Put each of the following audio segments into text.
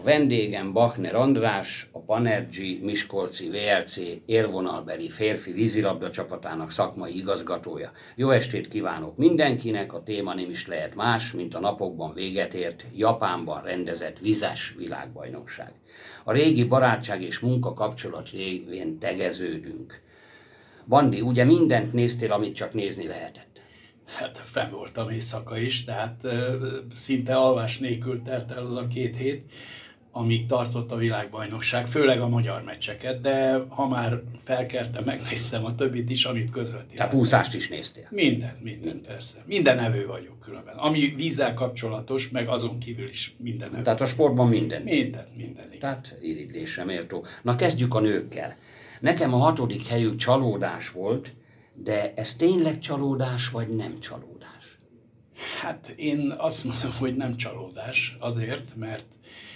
vendégem Bachner András, a Panergy Miskolci VLC élvonalbeli férfi vízilabda csapatának szakmai igazgatója. Jó estét kívánok mindenkinek, a téma nem is lehet más, mint a napokban véget ért Japánban rendezett vizes világbajnokság. A régi barátság és munkakapcsolat révén tegeződünk. Bandi, ugye mindent néztél, amit csak nézni lehetett? Hát fenn voltam éjszaka is, tehát szinte alvás nélkül telt el az a 2 hét, amíg tartott a világbajnokság, főleg a magyar meccseket, de ha már felkeltem, megnéztem a többit is, amit közvetítettem. Tehát úszást is néztél? Minden persze. Minden evő vagyok különben. Ami vízzel kapcsolatos, meg azon kívül is minden evő. Tehát a sportban minden? Minden. Tehát irigylésre méltó. Na kezdjük a nőkkel. Nekem a 6. helyű csalódás volt, de ez tényleg csalódás, vagy nem csalódás? Hát én azt mondom, hogy nem csalódás, azért, mert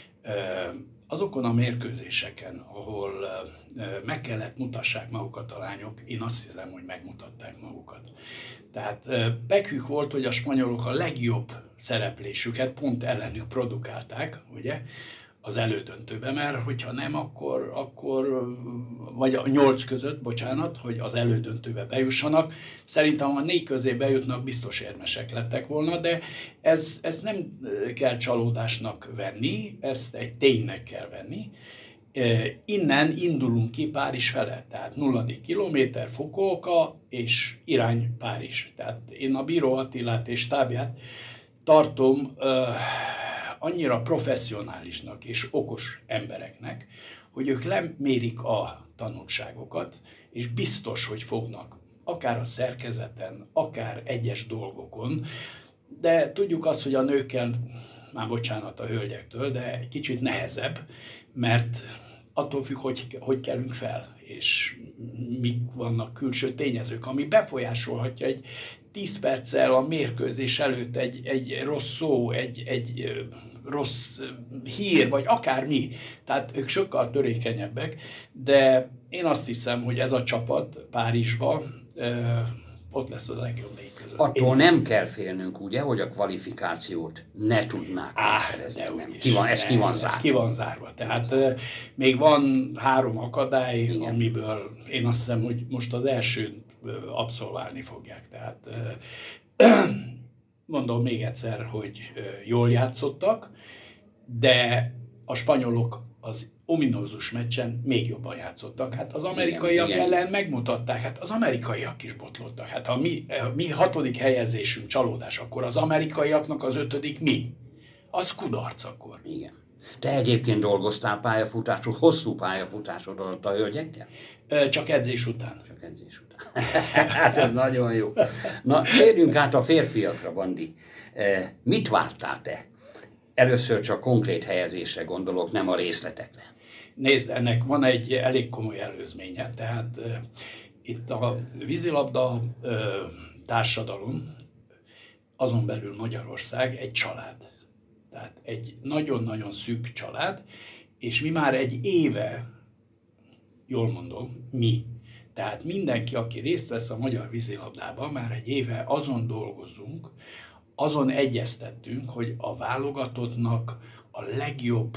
azokon a mérkőzéseken, ahol meg kellett mutassák magukat a lányok, én azt hiszem, hogy megmutatták magukat. Tehát pekük volt, hogy a spanyolok a legjobb szereplésüket pont ellenük produkálták, ugye, az elődöntőbe, mert hogyha nem, akkor vagy a 8 között, bocsánat, hogy az elődöntőbe bejussanak. Szerintem a 4 közé bejutnak, biztos érmesek lettek volna, de ez nem kell csalódásnak venni, ezt egy ténynek kell venni. Innen indulunk ki Párizs fele, tehát 0. kilométer Fukuoka és irány Párizs. Tehát én a Bíró Attilát és stábját tartom annyira professzionálisnak és okos embereknek, hogy ők lemérik a tanulságokat, és biztos, hogy fognak akár a szerkezeten, akár egyes dolgokon, de tudjuk azt, hogy a nőkkel, már bocsánat a hölgyektől, de kicsit nehezebb, mert attól függ, hogy kelünk fel, és mik vannak külső tényezők, ami befolyásolhatja egy 10 perccel a mérkőzés előtt egy rossz szó, egy rossz hír, vagy akármi. Tehát ők sokkal törékenyebbek, de én azt hiszem, hogy ez a csapat Párizsban ott lesz a legjobb 4 között. Attól nem kell félnünk, ugye, hogy a kvalifikációt ne tudnák megszerezni. Ez ki van zárva. Tehát még van 3 akadály, igen, amiből én azt hiszem, hogy most az elsőt abszolválni fogják. Tehát mondom még egyszer, hogy jól játszottak, de a spanyolok az ominózus meccsen még jobban játszottak. Hát az amerikaiak ellen megmutatták, hát az amerikaiak is botlottak. Hát ha mi 6. helyezésünk csalódás, akkor az amerikaiaknak az 5. mi? Az kudarc akkor. Igen. Te egyébként dolgoztál pályafutásod, hosszú pályafutásod alatt a hölgyekkel? Csak edzés után. Hát ez nagyon jó. Na, térjünk át a férfiakra, Bandi. Mit vártál te? Először csak konkrét helyezésre gondolok, nem a részletekre. Nézd, ennek van egy elég komoly előzménye. Tehát itt a vízilabda társadalom, azon belül Magyarország egy család. Tehát egy nagyon-nagyon szűk család, és mi már egy éve, jól mondom, tehát mindenki, aki részt vesz a magyar vízilabdában, már egy éve azon dolgozunk, azon egyeztettünk, hogy a válogatottnak a legjobb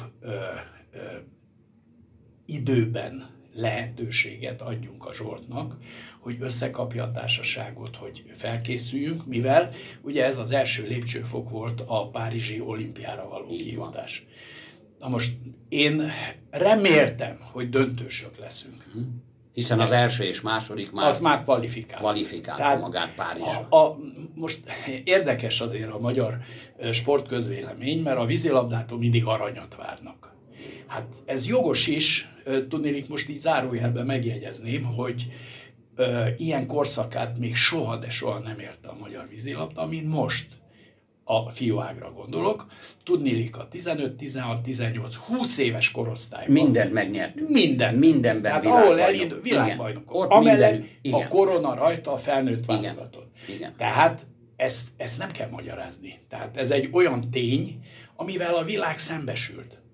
időben lehetőséget adjunk a Zsoltnak, hogy összekapja a társaságot, hogy felkészüljünk, mivel ugye ez az első lépcsőfok volt a párizsi olimpiára való kijutás. Na most én reméltem, hogy döntősök leszünk. Hiszen az első és második már kvalifikálta magát Párizsba. Most érdekes azért a magyar sportközvélemény, mert a vízilabdától mindig aranyat várnak. Hát ez jogos is, tudnélik most így zárójelben megjegyezném, hogy ilyen korszakát még soha, de soha nem érte a magyar vízilabda, mint most. A fiúágra gondolok, tudnélik a 15, 16, 18, 20 éves korosztályban. Mindent megnyertünk. Mindenben hát világbajnokok. Amellett a korona rajta a felnőtt válogatott. Tehát ezt nem kell magyarázni. Tehát ez egy olyan tény, amivel a világ szembesült.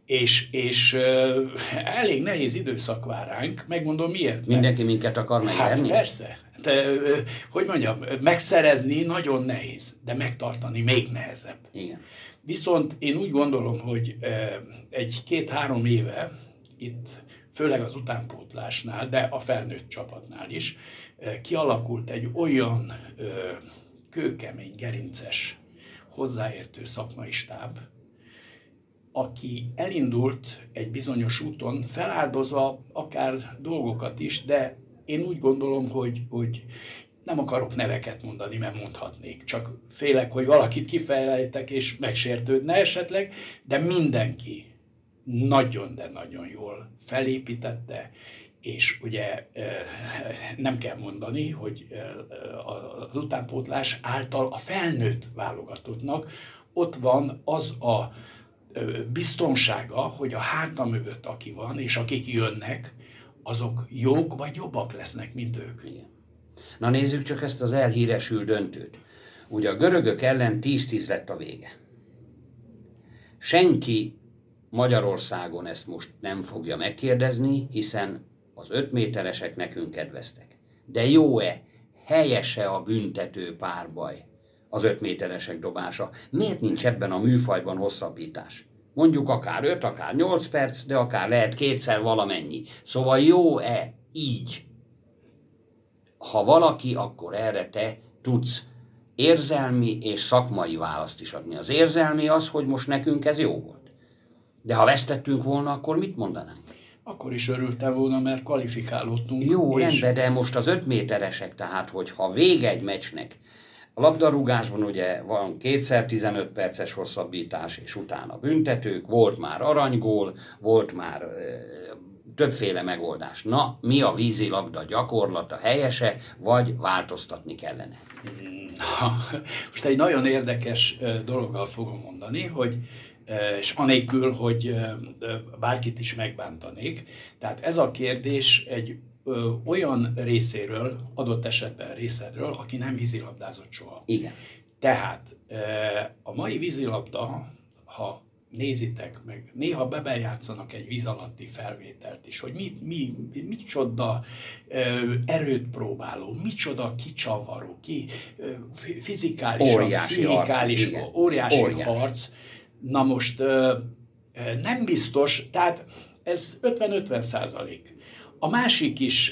és elég nehéz időszak vár ránk, megmondom miért. Mindenki minket akar megverni? Hát persze. De, hogy mondjam, megszerezni nagyon nehéz, de megtartani még nehezebb. Igen. Viszont én úgy gondolom, hogy egy 2-3 éve itt, főleg az utánpótlásnál, de a felnőtt csapatnál is, kialakult egy olyan kőkemény, gerinces, hozzáértő szakmai stáb, aki elindult egy bizonyos úton, feláldozva akár dolgokat is, de én úgy gondolom, hogy nem akarok neveket mondani, mert mondhatnék. Csak félek, hogy valakit kifejlejtek és megsértődne esetleg, de mindenki nagyon, de nagyon jól felépítette, és ugye nem kell mondani, hogy az utánpótlás által a felnőtt válogatottnak ott van az a biztonsága, hogy a háta mögött aki van, és akik jönnek, azok jók vagy jobbak lesznek, mint ők. Igen. Na nézzük csak ezt az elhíresült döntőt. Ugye a görögök ellen 10-10 lett a vége. Senki Magyarországon ezt most nem fogja megkérdezni, hiszen az 5 méteresek nekünk kedveztek. De jó-e, helyese a büntető párbaj, az 5 méteresek dobása? Miért nincs ebben a műfajban hosszabbítás? Mondjuk akár 5, akár 8 perc, de akár lehet kétszer valamennyi. Szóval jó-e így? Ha valaki, akkor erre te tudsz érzelmi és szakmai választ is adni. Az érzelmi az, hogy most nekünk ez jó volt. De ha vesztettünk volna, akkor mit mondanánk? Akkor is örültem volna, mert kvalifikálódtunk. Jó, rendben, de most az 5 méteresek, tehát hogyha vége egy meccsnek, a labdarúgásban ugye van 2x15 perces hosszabbítás, és utána büntetők, volt már aranygól, volt már többféle megoldás. Na, mi a vízilabda gyakorlata, helyese, vagy változtatni kellene? Most egy nagyon érdekes dologgal fogom mondani, hogy és anélkül, hogy bárkit is megbántanék. Tehát ez a kérdés egy olyan részéről, adott esetben részedről, aki nem vízilabdázott soha. Igen. Tehát a mai vízilabda, ha nézitek meg, néha bebejátszanak egy víz alatti felvételt is, hogy micsoda erőt próbáló, micsoda kicsavaró, fizikálisan, pszichikális, óriási harc. Na most nem biztos, tehát ez 50-50%. A másik is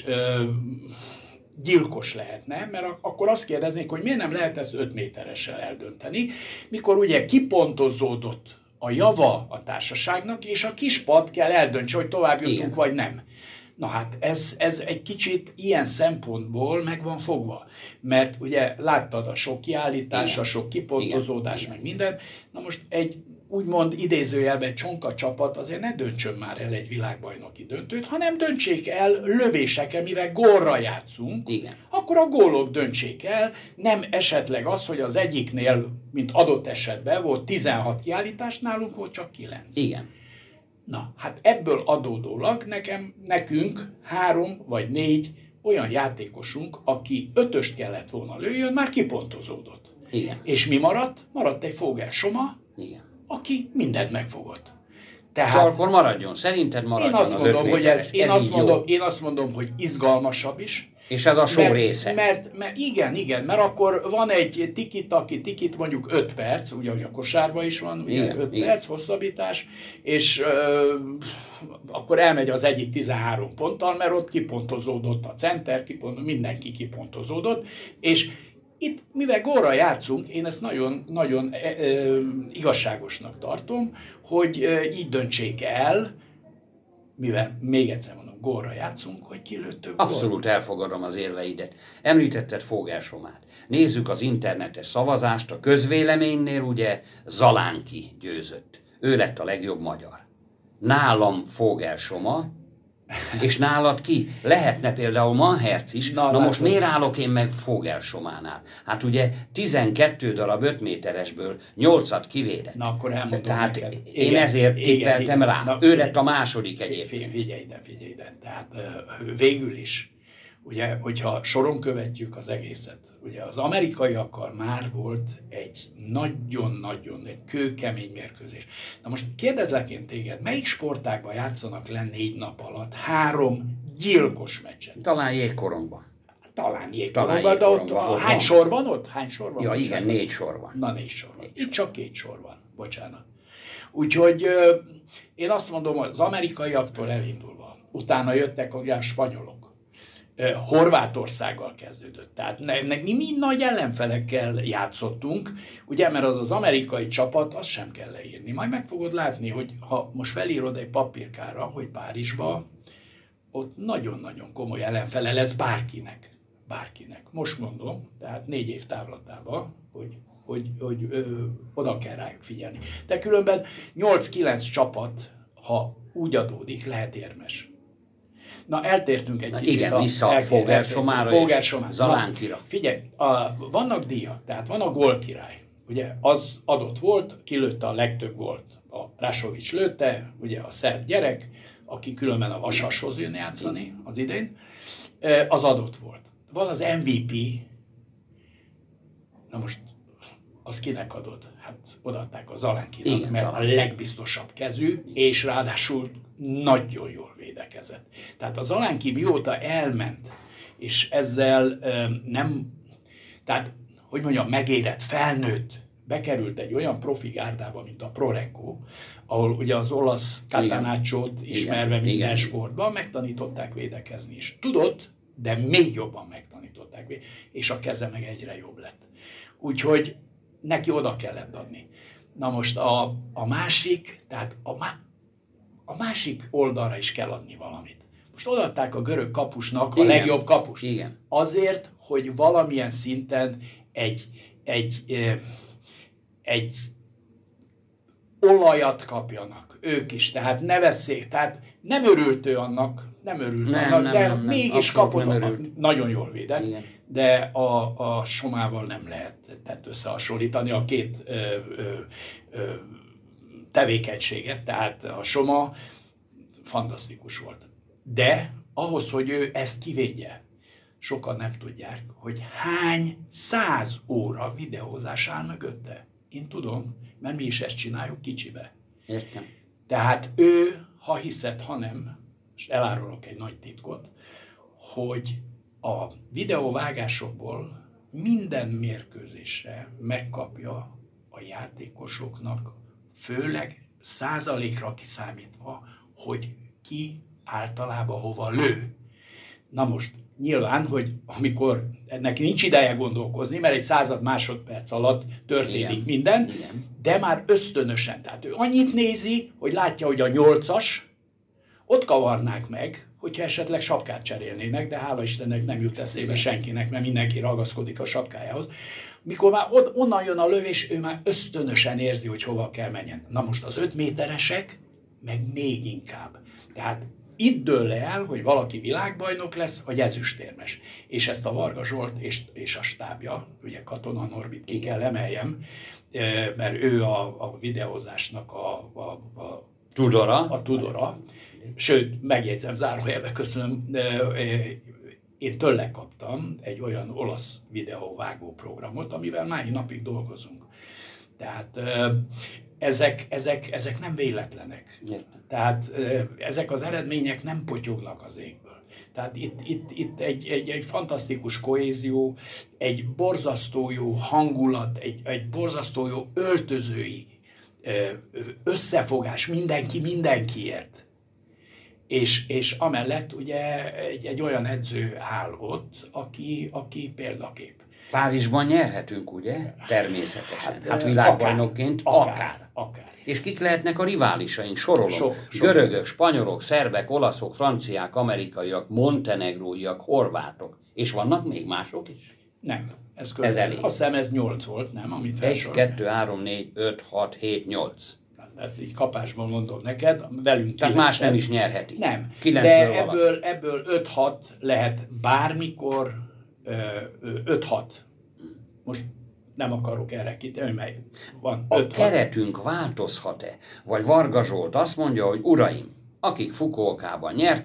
gyilkos lehetne, mert akkor azt kérdeznék, hogy miért nem lehet ezt 5 méteressel eldönteni, mikor ugye kipontozódott a java a társaságnak, és a kispad kell eldöntse, hogy tovább jutunk, vagy nem. Na hát ez egy kicsit ilyen szempontból meg van fogva, mert ugye láttad a sok kiállítás, a sok kipontozódás, meg minden. Na most egy úgymond idézőjelben csonka csapat azért ne döntsön már el egy világbajnoki döntőt, hanem döntsék el lövésekkel, mivel gólra játszunk, akkor a gólok döntsék el, nem esetleg az, hogy az egyiknél, mint adott esetben volt 16 kiállítás, nálunk volt csak 9. Igen. Na, hát ebből adódólag nekünk 3 vagy 4 olyan játékosunk, aki 5-öst kellett volna lőjön, már kipontozódott. Igen. És mi maradt? Maradt egy Fogel Soma, aki mindent megfogott. Tehát akkor maradjon, szerinted maradjon én azt mondom, hogy én azt mondom, hogy izgalmasabb is. És ez a show része. Mert igen, mert akkor van egy tikit mondjuk 5 perc, ugye, hogy a kosárban is van, ugye, 5 perc hosszabbítás, és akkor elmegy az egyik 13 ponttal, mert ott kipontozódott a center, mindenki kipontozódott, és itt, mivel gólra játszunk, én ezt nagyon, nagyon igazságosnak tartom, hogy így döntsék el, mivel még egyszer mondom, gólra játszunk, hogy ki lőtt több gólt. Abszolút elfogadom az érveidet. Említetted Fogel Somát. Nézzük az internetes szavazást, a közvéleménynél ugye Zalánki győzött. Ő lett a legjobb magyar. Nálam Fogel Soma, és nálad ki? Lehetne például Manherc is, na most miért állok én meg Fogel Sománál? Hát ugye 12 darab 5 méteresből 8-at kivédett. Na akkor elmondom tehát neked. Én ezért tippeltem rá. Ő lett a második egyébként. Figyelj ide. Tehát végül is, Ugye, hogyha soron követjük az egészet, ugye az amerikaiakkal már volt egy nagyon-nagyon, egy kőkemény mérkőzés. Na most kérdezlek én téged, melyik sportágban játszanak le 4 nap alatt 3 gyilkos meccset? Talán jégkorongban. Talán jégkorongban, de ott hány sor van ott? Hány sor van? Ja, igen, 4 sor van. Na, 4 sor van. Itt csak 2 sor van, bocsánat. Úgyhogy én azt mondom, hogy az amerikaiaktól elindulva, utána jöttek a spanyolok. Horvátországgal kezdődött. Tehát mi mind nagy ellenfelekkel játszottunk, ugye, mert az amerikai csapat, azt sem kell leírni. Majd meg fogod látni, hogy ha most felírod egy papírkára, hogy Párizsba, ott nagyon-nagyon komoly ellenfele lesz bárkinek. Bárkinek. Most mondom, tehát 4 év távlatában, hogy oda kell rájuk figyelni. De különben 8-9 csapat, ha úgy adódik, lehet érmes. Na, eltértünk egy kicsit. Igen, vissza a Fogelsomára és Zalánkira. Figyelj, vannak díjak, tehát van a gólkirály. Ugye, az adott volt, kilőtte a legtöbb gólt. A Rasovics lőtte, ugye a szerb gyerek, aki különben a Vasashoz jön játszani az idén, az adott volt. Van az MVP, na most az kinek adod? Hát odaadták a Zalánkinak, igen, mert a legbiztosabb kezű, és ráadásul nagyon jól védekezett. Tehát a Zalánki mióta elment, és ezzel nem, tehát, hogy mondjam, megérett, felnőtt, bekerült egy olyan profi gárdába, mint a Prorecco, ahol ugye az olasz Catanacciót ismerve minden sportban megtanították védekezni is. Tudott, de még jobban megtanították védekezni, és a keze meg egyre jobb lett. Úgyhogy neki oda kellett adni. Na most a másik, tehát a másik oldalra is kell adni valamit. Most odaadták a görög kapusnak a legjobb kapust. Igen. Azért, hogy valamilyen szinten egy olajat kapjanak ők is, tehát ne veszék, tehát nem örült ő annak, de mégis kapott, nagyon jól védett, igen. De a Somával nem lehetett összehasonlítani a két tevékenységet, tehát a Soma fantasztikus volt. De ahhoz, hogy ő ezt kivédje, sokan nem tudják, hogy hány 100 óra videózás áll mögötte. Én tudom, mert mi is ezt csináljuk kicsibe. Értem. Tehát ő, ha hiszed, ha nem, és elárulok egy nagy titkot, hogy a videóvágásokból minden mérkőzésre megkapja a játékosoknak, főleg százalékra kiszámítva, hogy ki általában hova lő. Na most, nyilván, hogy amikor ennek nincs ideje gondolkozni, mert egy 100 másodperc alatt történik minden, de már ösztönösen. Tehát ő annyit nézi, hogy látja, hogy a 8-as, ott kavarnák meg, hogyha esetleg sapkát cserélnének, de hála Istennek nem jut eszébe senkinek, mert mindenki ragaszkodik a sapkájához. Mikor már onnan jön a lövés, ő már ösztönösen érzi, hogy hova kell menjen. Na most az 5 méteresek meg még inkább. Tehát itt dől le el, hogy valaki világbajnok lesz, vagy ezüstérmes. És ezt a Varga Zsolt és a stábja, ugye Katona Norbit ki kell emeljem, mert ő a videózásnak a tudora. Sőt, megjegyzem, zárójelbe köszönöm, én tőle kaptam egy olyan olasz videóvágó programot, amivel mai napig dolgozunk. Tehát ezek nem véletlenek. Tehát ezek az eredmények nem potyognak az égből. Tehát itt egy fantasztikus kohézió, egy borzasztó jó hangulat, egy borzasztó jó öltözői összefogás, mindenki mindenkiért. És amellett ugye egy olyan edző áll ott, aki példakép. Párizsban nyerhetünk, ugye? Természetesen. Hát világbajnokként akár. És kik lehetnek a riválisaink? Sorolom. Görögök, spanyolok, szerbek, olaszok, franciák, amerikaiak, montenegróiak, horvátok. És vannak még mások is? Nem. Ez elég. Azt hiszem ez 8 volt, nem? Amit 1, 2, 3, 4, 5, 6, 7, 8. Tehát így kapásból mondom neked, velünk tehát más nem is nyerheti. Nem, de ebből 5-6 lehet bármikor 5-6. Most nem akarok erre kitérni, mert van 5-6. A keretünk változhat-e? Vagy Varga Zsolt azt mondja, hogy uraim, akik Fukuokában nyertek,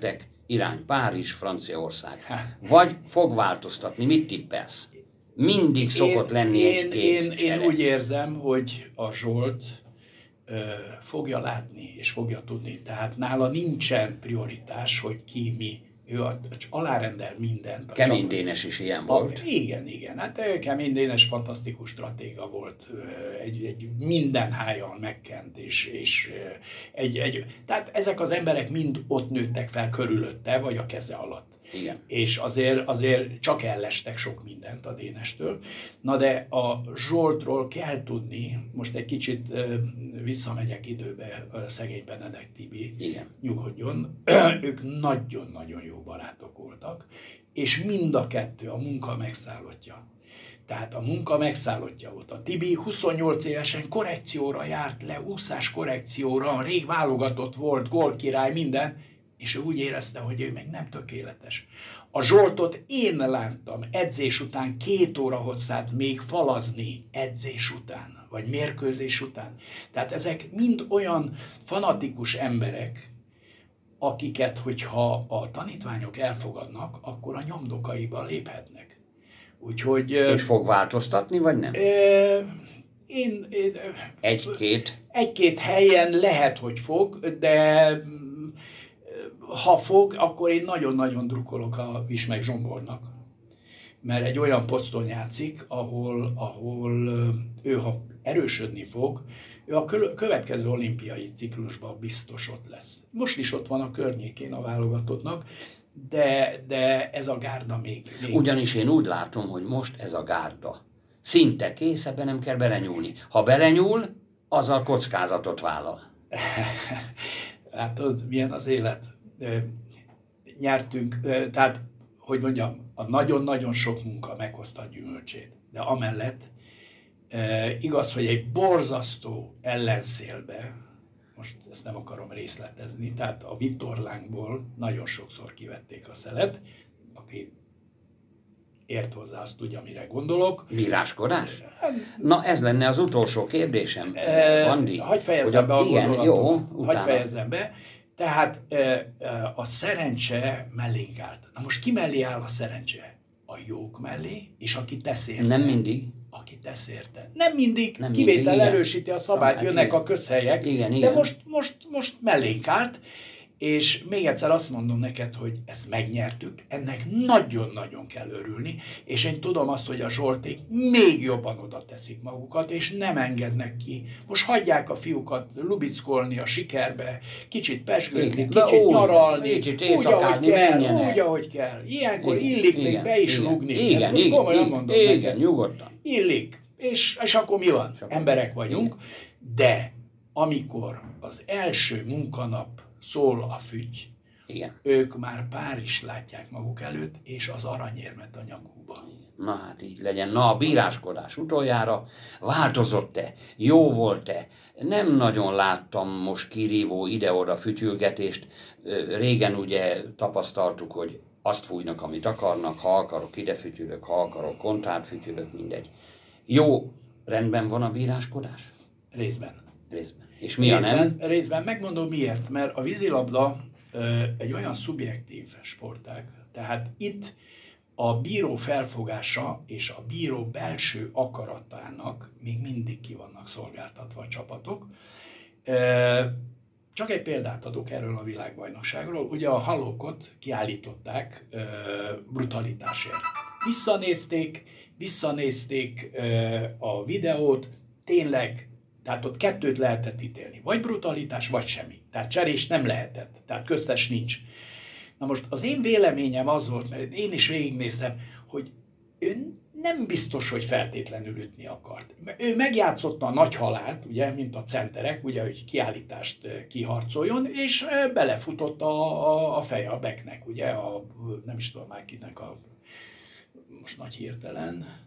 irány Párizs, Franciaország. Vagy fog változtatni, mit tippelsz? Mindig szokott lenni egy-két Én úgy érzem, hogy a Zsolt fogja látni, és fogja tudni. Tehát nála nincsen prioritás, hogy ki mi. Ő alárendel mindent. Kemény Dénes is ilyen volt. Igen. Hát Kemény Dénes fantasztikus stratéga volt. Egy minden hájjal megkent, és tehát ezek az emberek mind ott nőttek fel körülötte, vagy a keze alatt. Igen. És azért csak ellestek sok mindent a Dénestől. Na de a Zsoltról kell tudni, most egy kicsit visszamegyek időbe, szegény Benedek Tibi, igen, nyugodjon, ők nagyon-nagyon jó barátok voltak, és mind a kettő a munka megszállottja. Tehát a munka megszállottja volt. A Tibi 28 évesen korrekcióra járt le, úszás korrekcióra, rég válogatott volt, gólkirály, minden, és ő úgy érezte, hogy ő még nem tökéletes. A Zsoltot én láttam edzés után 2 óra hosszát még falazni edzés után, vagy mérkőzés után. Tehát ezek mind olyan fanatikus emberek, akiket, hogyha a tanítványok elfogadnak, akkor a nyomdokaiba léphetnek. Úgyhogy... És fog változtatni, vagy nem? Egy-két helyen lehet, hogy fog, de ha fog, akkor én nagyon-nagyon drukkolok a Vismeg Zsombornak. Mert egy olyan poszton játszik, ahol ő, ha erősödni fog, ő a következő olimpiai ciklusban biztos ott lesz. Most is ott van a környékén a válogatottnak, de ez a gárda még... Ugyanis én úgy látom, hogy most ez a gárda szinte kész, ebben nem kell belenyúlni. Ha belenyúl, azzal kockázatot vállal. Látod, milyen az élet? Nyertünk, tehát, hogy mondjam, a nagyon-nagyon sok munka meghozta a gyümölcsét. De amellett igaz, hogy egy borzasztó ellenszélbe, most ezt nem akarom részletezni, tehát a vitorlánkból nagyon sokszor kivették a szelet, aki ért hozzá, azt tudja, mire gondolok. Bíráskodás? Na, ez lenne az utolsó kérdésem, Andi. Hagyj fejezzem be a gondolatomat. Hagyj fejezzem be. Tehát a szerencse mellénk állt. Na most ki mellé áll a szerencse? A jók mellé, és aki tesz érte. Nem mindig. Aki tesz érte. Nem mindig. Nem kivétel mindig, erősíti a szabályt, jönnek igen. A közhelyek. Igen. De most mellénk állt, és még egyszer azt mondom neked, hogy ezt megnyertük, ennek nagyon-nagyon kell örülni, és én tudom azt, hogy a Zsolték még jobban oda teszik magukat, és nem engednek ki. Most hagyják a fiúkat lubickolni a sikerbe, kicsit pezsgőzni, kicsit nyaralni, úgy, ahogy kell. Ilyenkor illik még be is rúgni. Igen, most komolyan mondom neked. Nyugodtan. Illik. És akkor mi van? Emberek vagyunk, de amikor az első munkanap szól a füty, igen. Ők már Párizst látják maguk előtt, és az aranyérmet a nyakukba. Na hát így legyen. Na, a bíráskodás utoljára változott-e? Jó volt-e? Nem nagyon láttam most kirívó ide-oda fütyülgetést. Régen ugye tapasztaltuk, hogy azt fújnak, amit akarnak, ha akarok ide fütyülök, ha akarok kontrárt fütyülök, mindegy. Jó, rendben van a bíráskodás? Részben. És mi a nem? Részben. Megmondom miért, mert a vízilabda egy olyan szubjektív sportág, tehát itt a bíró felfogása és a bíró belső akaratának még mindig ki vannak szolgáltatva a csapatok. Csak egy példát adok erről a világbajnokságról. Ugye a halókot kiállították brutalitásért. Visszanézték a videót, tényleg. Tehát ott 2 lehetett ítélni. Vagy brutalitás, vagy semmi. Tehát cserés nem lehetett. Tehát köztes nincs. Na most az én véleményem az volt, mert én is végignéztem, hogy ő nem biztos, hogy feltétlenül ütni akart. Ő megjátszotta a nagy halált, ugye, mint a centerek, ugye, hogy kiállítást kiharcoljon, és belefutott a feje a Becknek, ugye, nem is tudom már kinek most nagy hirtelen.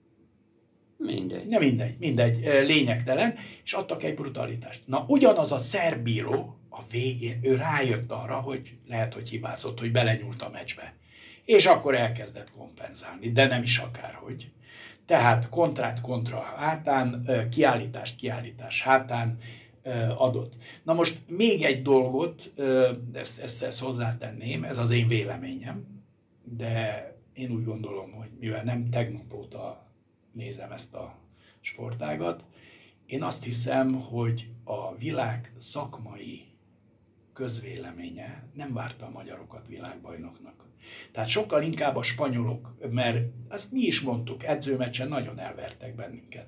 Mindegy, lényegtelen, és adtak egy brutalitást. Na, ugyanaz a szerb bíró a végén, ő rájött arra, hogy lehet, hogy hibázott, hogy belenyúlt a meccsbe. És akkor elkezdett kompenzálni, de nem is akárhogy. Tehát kontra hátán, kiállítás hátán, adott. Na most még egy dolgot, ezt hozzátenném, ez az én véleményem, de én úgy gondolom, hogy mivel nem tegnap óta nézem ezt a sportágat, én azt hiszem, hogy a világ szakmai közvéleménye nem várta a magyarokat világbajnoknak. Tehát sokkal inkább a spanyolok, mert azt mi is mondtuk, edzőmeccsen nagyon elvertek bennünket.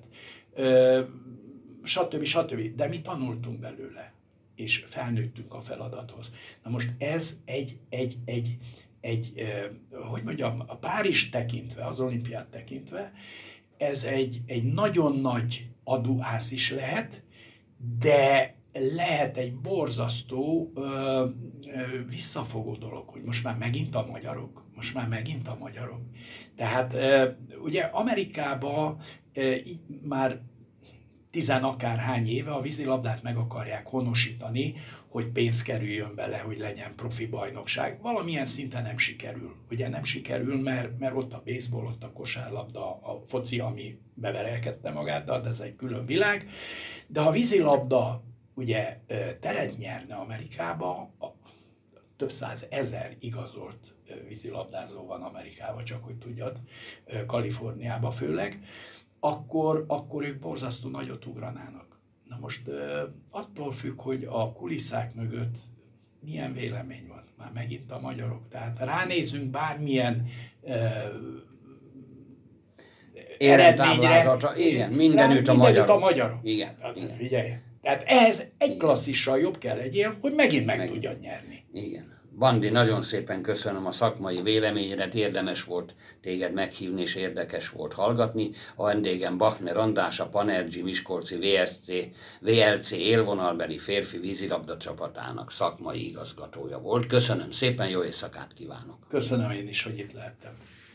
Stb. De mi tanultunk belőle, és felnőttünk a feladathoz. Na most ez hogy mondjam, a Párizs tekintve, az olimpiát tekintve, ez egy nagyon nagy adóász is lehet, de lehet egy borzasztó visszafogó dolog, hogy most már megint a magyarok. Tehát ugye Amerikában már akárhány éve a vízilabdát meg akarják honosítani, hogy pénz kerüljön bele, hogy legyen profi bajnokság. Valamilyen szinten nem sikerül. Ugye nem sikerül, mert ott a baseball, ott a kosárlabda, a foci, ami beverelkedte magát, de ez egy külön világ. De a vízilabda ugye teret nyerne Amerikába, több százezer igazolt vízilabdázó van Amerikában, csak hogy tudjad, Kaliforniában főleg, akkor ők borzasztó nagyot ugranának. Na most attól függ, hogy a kulisszák mögött milyen vélemény van. Már megint a magyarok. Tehát ránézünk bármilyen eredményre. Igen, mindenütt a magyarok. Igen, tehát figyelj. Tehát ehhez egy klasszissal jobb kell legyél, hogy megint meg tudjad nyerni. Igen. Bandi, nagyon szépen köszönöm a szakmai véleményedet, érdemes volt téged meghívni, és érdekes volt hallgatni. A vendégem Bachner András, a Panergy Miskolci VLC élvonalbeli férfi vízilabda csapatának szakmai igazgatója volt. Köszönöm szépen, jó éjszakát kívánok! Köszönöm én is, hogy itt lehettem.